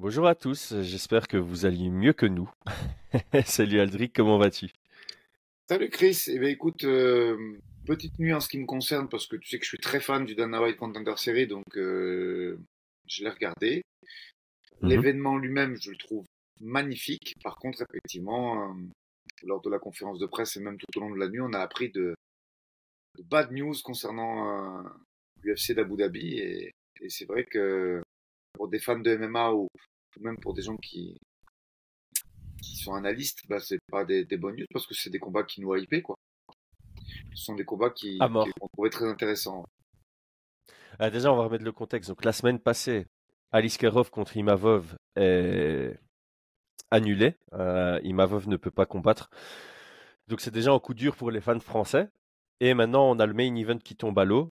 Bonjour à tous, j'espère que vous alliez mieux que nous. Salut Aldric, comment vas-tu? Salut Chris, eh bien écoute, petite nuit en ce qui me concerne parce que tu sais que je suis très fan du Dana White Contender Series donc je l'ai regardé. Mhm. L'événement lui-même, je le trouve magnifique. Par contre, effectivement, lors de la conférence de presse et même tout au long de la nuit, on a appris de bad news concernant l'UFC d'Abu Dhabi et c'est vrai que pour des fans de MMA ou même pour des gens qui sont analystes, bah, c'est pas des bonnes news parce que c'est des combats qui nous hypaient, quoi. Ce sont des combats À qui mort. qu'on trouvait très intéressants. Déjà, on va remettre le contexte. Donc, la semaine passée, Alice Kerov contre Imavov est annulé. Imavov ne peut pas combattre. Donc, c'est déjà un coup dur pour les fans français. Et maintenant, on a le main event qui tombe à l'eau.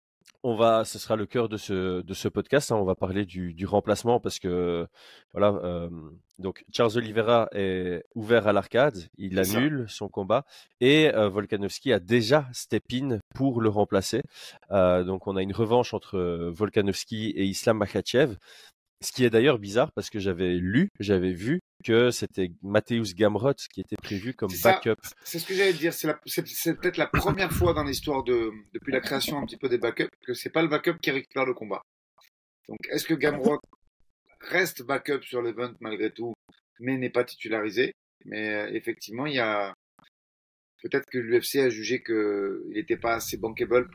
Ce sera le cœur de ce podcast, hein. On va parler du remplacement parce que voilà. Donc Charles Oliveira est ouvert à l'arcade, il C'est ça. annule son combat et Volkanovski a déjà step in pour le remplacer. Donc on a une revanche entre Volkanovski et Islam Makhachev. Ce qui est d'ailleurs bizarre parce que j'avais vu que c'était Mateusz Gamrot qui était prévu comme C'est ça. backup. C'est ce que j'allais te dire. C'est peut-être la première fois dans l'histoire depuis la création un petit peu des backups que c'est pas le backup qui récupère le combat. Donc, est-ce que Gamrot reste backup sur l'event malgré tout, mais n'est pas titularisé? Mais effectivement, il y a peut-être que l'UFC a jugé qu'il n'était pas assez bankable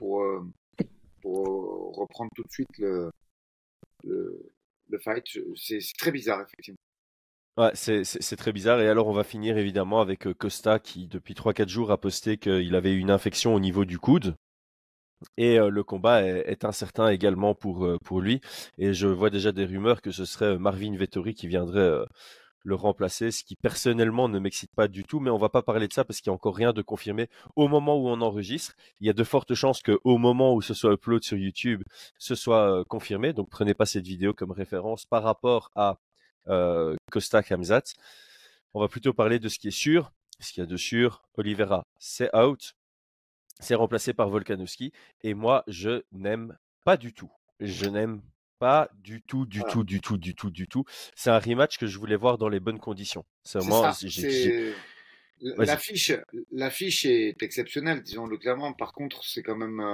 pour reprendre tout de suite le, le fight. C'est très bizarre, effectivement. Ouais, c'est très bizarre. Et alors, on va finir évidemment avec Costa qui, depuis 3 4 jours, a posté qu'il avait une infection au niveau du coude. Et le combat est incertain également pour lui. Et je vois déjà des rumeurs que ce serait Marvin Vettori qui viendrait le remplacer, ce qui personnellement ne m'excite pas du tout. Mais on va pas parler de ça parce qu'il n'y a encore rien de confirmé au moment où on enregistre. Il y a de fortes chances qu'au moment où ce soit upload sur YouTube, ce soit confirmé. Donc prenez pas cette vidéo comme référence par rapport à Costa Khamzat. On va plutôt parler de ce qui est sûr. Ce qu'il y a de sûr, Oliveira, c'est out. C'est remplacé par Volkanovski. Et moi, je n'aime pas du tout. Je n'aime pas du tout, du Voilà. tout, du tout, du tout, du tout. C'est un rematch que je voulais voir dans les bonnes conditions. C'est C'est vraiment, ça. Vas-y. L'affiche est exceptionnelle, disons-le clairement. Par contre, c'est quand même,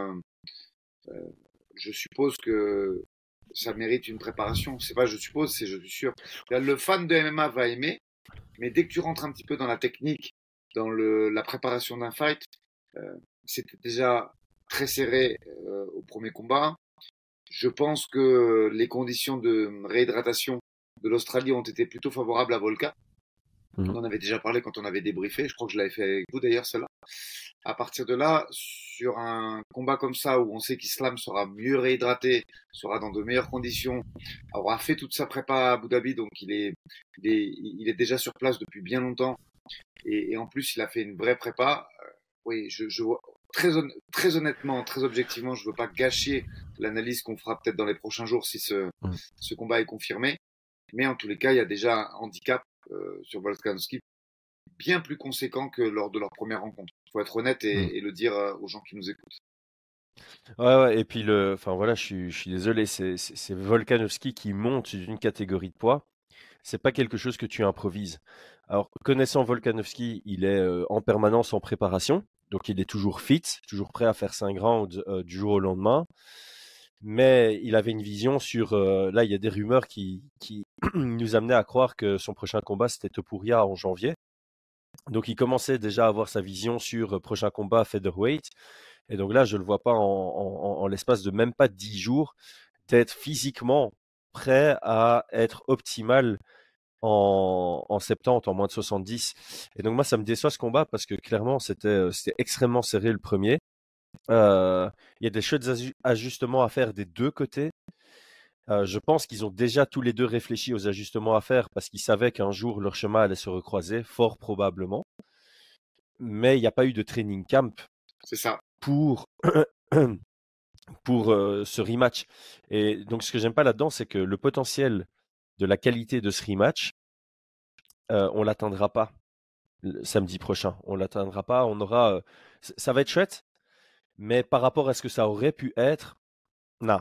je suppose que ça mérite une préparation. C'est pas, je suppose, c'est je suis sûr. Le fan de MMA va aimer, mais dès que tu rentres un petit peu dans la technique, dans la préparation d'un fight, euh, c'était déjà très serré au premier combat. Je pense que les conditions de réhydratation de l'Australie ont été plutôt favorables à Volka. On Mhm. en avait déjà parlé quand on avait débriefé. Je crois que je l'avais fait avec vous d'ailleurs, cela. À partir de là, sur un combat comme ça où on sait qu'Islam sera mieux réhydraté, sera dans de meilleures conditions, aura fait toute sa prépa à Abu Dhabi, donc il est déjà sur place depuis bien longtemps. Et en plus, il a fait une vraie prépa. Oui, je vois très honnêtement, très objectivement, je ne veux pas gâcher l'analyse qu'on fera peut-être dans les prochains jours si Mhm. ce combat est confirmé. Mais en tous les cas, il y a déjà un handicap sur Volkanovski bien plus conséquent que lors de leur première rencontre. Il faut être honnête Mhm. et le dire aux gens qui nous écoutent. Ouais, ouais, et puis enfin voilà, je suis désolé, c'est Volkanovski qui monte d'une catégorie de poids. C'est pas quelque chose que tu improvises. Alors, connaissant Volkanovski, il est en permanence en préparation, donc il est toujours fit, toujours prêt à faire 5 rounds du jour au lendemain. Mais il avait une vision sur. Là, il y a des rumeurs qui nous amenaient à croire que son prochain combat c'était Topuria en janvier. Donc, il commençait déjà à avoir sa vision sur prochain combat featherweight. Et donc là, je le vois pas en l'espace de même pas 10 jours d'être physiquement prêt à être optimal en 70, en moins de 70. Et donc moi, ça me déçoit ce combat parce que clairement, c'était extrêmement serré le premier. Il y a des chouettes ajustements à faire des deux côtés. Je pense qu'ils ont déjà tous les deux réfléchi aux ajustements à faire parce qu'ils savaient qu'un jour leur chemin allait se recroiser, fort probablement. Mais il n'y a pas eu de training camp C'est ça. pour, pour ce rematch. Et donc ce que j'aime pas là-dedans, c'est que le potentiel de la qualité de ce rematch, on l'atteindra pas le samedi prochain. On l'atteindra pas. On aura, ça va être chouette, mais par rapport à ce que ça aurait pu être, non.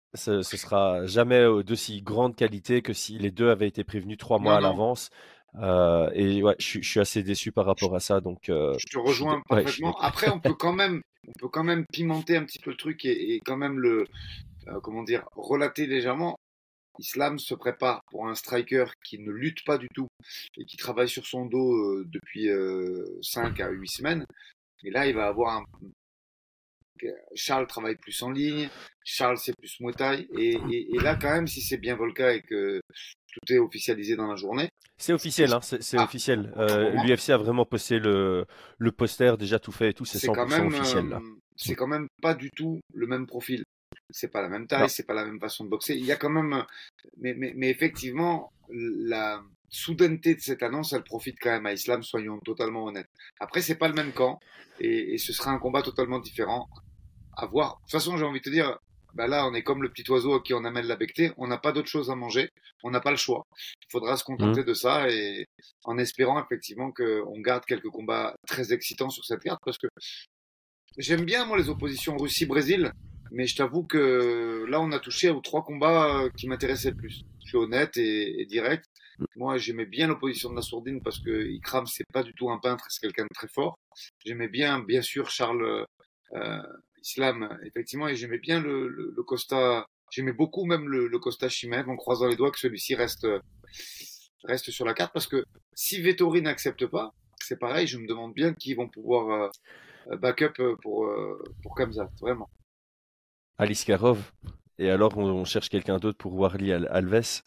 ce sera jamais d'aussi grande qualité que si les deux avaient été prévenus 3 mois Non, à non, l'avance. Et ouais, je suis assez déçu par rapport à ça. Donc, je te rejoins ouais, je suis parfaitement. d'accord. Après, on peut quand même pimenter un petit peu le truc et quand même comment dire, relater légèrement. Islam se prépare pour un striker qui ne lutte pas du tout et qui travaille sur son dos depuis 5 à 8 semaines. Et là, il va avoir Charles travaille plus en ligne, Charles c'est plus Muay Thai. Et là, quand même, si c'est bien Volca et que tout est officialisé dans la journée, C'est officiel, hein, c'est ah, officiel. autant pour moi. L'UFC a vraiment posté le poster, déjà tout fait et tout, c'est C'est quand 100% même, officiel là. pas du tout le même profil. C'est pas la même taille, Non. c'est pas la même façon de boxer. Il y a quand même, mais effectivement, la soudaineté de cette annonce, elle profite quand même à Islam, soyons totalement honnêtes. Après, c'est pas le même camp et ce sera un combat totalement différent à voir. De toute façon, j'ai envie de te dire, bah là, on est comme le petit oiseau à qui on amène la bectée. On n'a pas d'autre chose à manger. On n'a pas le choix. Il faudra se Mhm. contenter de ça et en espérant effectivement qu'on garde quelques combats très excitants sur cette carte parce que j'aime bien, moi, les oppositions Russie-Brésil, mais je t'avoue que là, on a touché aux 3 combats qui m'intéressaient le plus. Je suis honnête et direct. Moi, j'aimais bien l'opposition de Nassourdine parce que Ikram, c'est pas du tout un peintre, c'est quelqu'un de très fort. J'aimais bien sûr, Charles euh, Islam, effectivement, et j'aimais bien le Costa. J'aimais beaucoup même le Costa Chimev en croisant les doigts que celui-ci reste sur la carte parce que si Vettori n'accepte pas, c'est pareil, je me demande bien qui vont pouvoir backup pour Kamzat, vraiment. Alice Karov. Et alors, on cherche quelqu'un d'autre pour Warley Alves.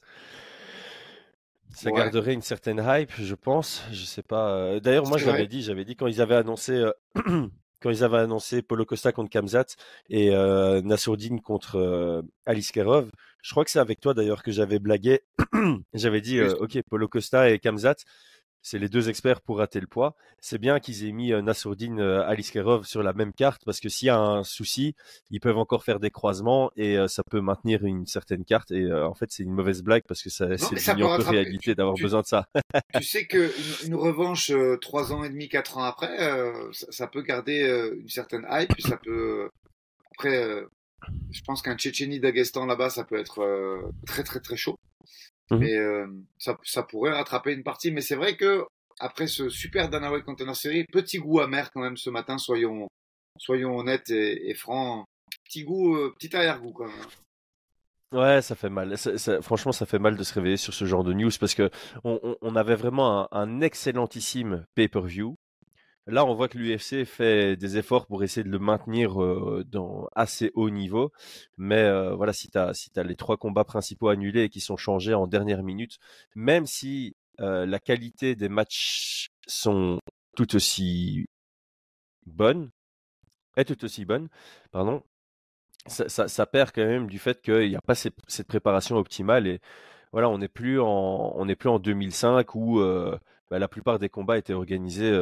Ça Ouais, garderait une certaine hype, je pense. Je sais pas. D'ailleurs, moi, c'est vrai. j'avais dit quand ils avaient annoncé, quand ils avaient annoncé Paulo Costa contre Kamzat et Nassourdine contre Alice Karov. Je crois que c'est avec toi d'ailleurs que j'avais blagué. J'avais dit, Oui, ok, Paulo Costa et Kamzat, c'est les deux experts pour rater le poids. C'est bien qu'ils aient mis Nassourdine, Aliskerov sur la même carte parce que s'il y a un souci, ils peuvent encore faire des croisements et ça peut maintenir une certaine carte. Et en fait, c'est une mauvaise blague parce que non, c'est mais ça devenu peut un peu rattraper. réalité d'avoir besoin de ça. Tu sais que une revanche 3 ans et demi, 4 ans après, ça peut garder une certaine hype. Ça peut après, je pense qu'un Tchétchénie-Daghestan là-bas, ça peut être très très très chaud. Mhm. Mais ça pourrait rattraper une partie. Mais c'est vrai que après ce super Dana White Container Series, petit goût amer quand même ce matin. Soyons honnêtes et francs. Petit goût, petit arrière-goût quand même. Ouais, ça fait mal. Franchement, ça fait mal de se réveiller sur ce genre de news parce que on avait vraiment un excellentissime pay-per-view. Là, on voit que l'UFC fait des efforts pour essayer de le maintenir dans assez haut niveau. Mais voilà, si t'as les 3 combats principaux annulés et qui sont changés en dernière minute, même si la qualité des matchs sont tout aussi bonnes, est tout aussi bonne, pardon, ça perd quand même du fait qu'il n'y a pas cette préparation optimale. Et voilà, on n'est plus en 2005 où bah, la plupart des combats étaient organisés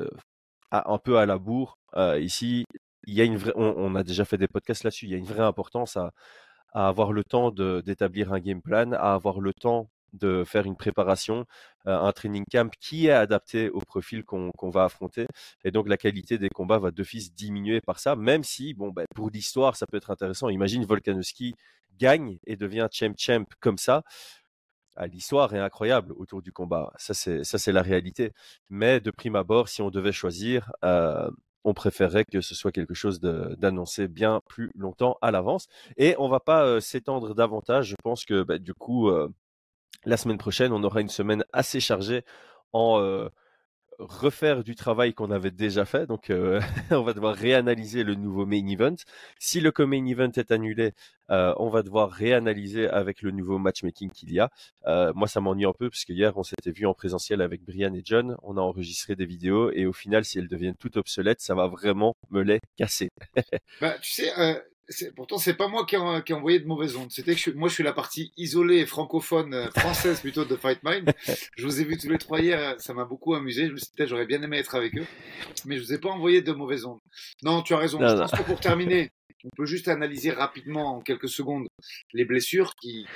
un peu à la bourre. Ici, il y a on a déjà fait des podcasts là-dessus. Il y a une vraie importance à avoir le temps d'établir un game plan, à avoir le temps de faire une préparation, un training camp qui est adapté au profil qu'on va affronter. Et donc, la qualité des combats va d'office diminuer par ça, même si, bon, ben, pour l'histoire, ça peut être intéressant. Imagine Volkanovski gagne et devient champ comme ça. Ah, l'histoire est incroyable autour du combat. Ça, c'est la réalité. Mais de prime abord, si on devait choisir, on préférerait que ce soit quelque chose d'annoncé bien plus longtemps à l'avance. Et on va pas s'étendre davantage. Je pense que bah, du coup, la semaine prochaine, on aura une semaine assez chargée en refaire du travail qu'on avait déjà fait. Donc, on va devoir réanalyser le nouveau main event. Si le co-main event est annulé, on va devoir réanalyser avec le nouveau matchmaking qu'il y a. Moi, ça m'ennuie un peu parce que hier, on s'était vu en présentiel avec Brian et John. On a enregistré des vidéos et au final, si elles deviennent toutes obsolètes, ça va vraiment me les casser. Bah, tu sais, pourtant, c'est pas moi qui ai envoyé de mauvaises ondes. C'était que moi, je suis la partie isolée, francophone, française plutôt de Fight Mind. Je vous ai vus tous les trois hier, ça m'a beaucoup amusé. Je me suis dit, peut-être j'aurais bien aimé être avec eux, mais je vous ai pas envoyé de mauvaises ondes. Non, tu as raison. Je Non, non. pense que pour terminer, on peut juste analyser rapidement, en quelques secondes, les blessures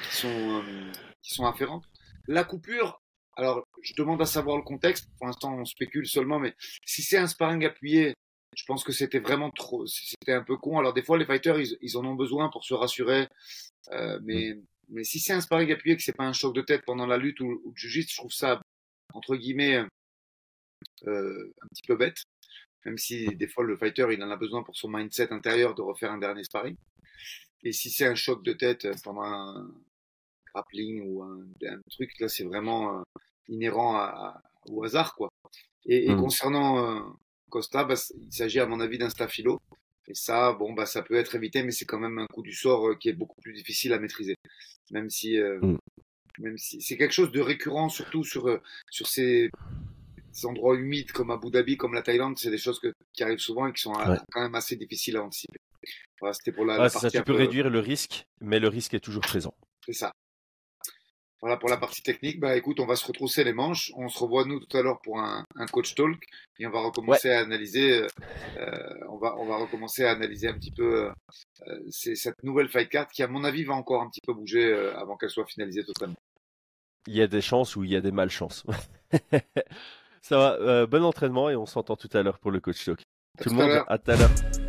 qui sont afférentes. La coupure, alors, je demande à savoir le contexte. Pour l'instant, on spécule seulement, mais si c'est un sparring appuyé, Je pense que c'était vraiment trop, c'était un peu con. Alors des fois les fighters ils en ont besoin pour se rassurer, mais si c'est un sparring appuyé, que c'est pas un choc de tête pendant la lutte ou le jiu-jitsu, je trouve ça entre guillemets un petit peu bête. Même si des fois le fighter il en a besoin pour son mindset intérieur de refaire un dernier sparring. Et si c'est un choc de tête pendant un grappling ou un truc, là c'est vraiment inhérent au hasard, quoi. Et concernant Costa, il s'agit à mon avis d'un staphylo. Et ça, bon, ça peut être évité, mais c'est quand même un coup du sort qui est beaucoup plus difficile à maîtriser. Même si c'est quelque chose de récurrent, surtout sur ces endroits humides comme Abu Dhabi, comme la Thaïlande, c'est des choses qui arrivent souvent et qui sont quand même assez difficiles à anticiper. Voilà, c'était pour la c'est partie ça, tu peux réduire le risque, mais le risque est toujours présent. C'est ça. Voilà pour la partie technique. Écoute, on va se retrousser les manches. On se revoit nous tout à l'heure pour un coach talk et on va recommencer à analyser. On va recommencer à analyser un petit peu cette nouvelle fight card qui, à mon avis, va encore un petit peu bouger avant qu'elle soit finalisée totalement. Il y a des chances ou il y a des malchances. Ça va. Bon entraînement et on s'entend tout à l'heure pour le coach talk. Tout le monde, à tout à l'heure.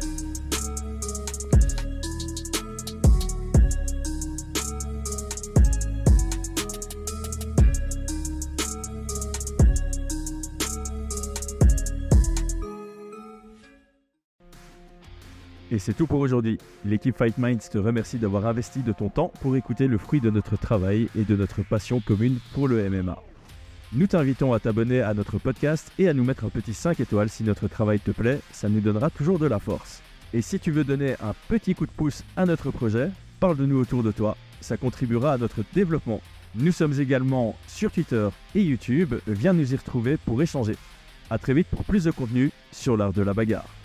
Et c'est tout pour aujourd'hui. L'équipe Fight Minds te remercie d'avoir investi de ton temps pour écouter le fruit de notre travail et de notre passion commune pour le MMA. Nous t'invitons à t'abonner à notre podcast et à nous mettre un petit 5 étoiles si notre travail te plaît, ça nous donnera toujours de la force. Et si tu veux donner un petit coup de pouce à notre projet, parle de nous autour de toi, ça contribuera à notre développement. Nous sommes également sur Twitter et YouTube, viens nous y retrouver pour échanger. A très vite pour plus de contenu sur l'art de la bagarre.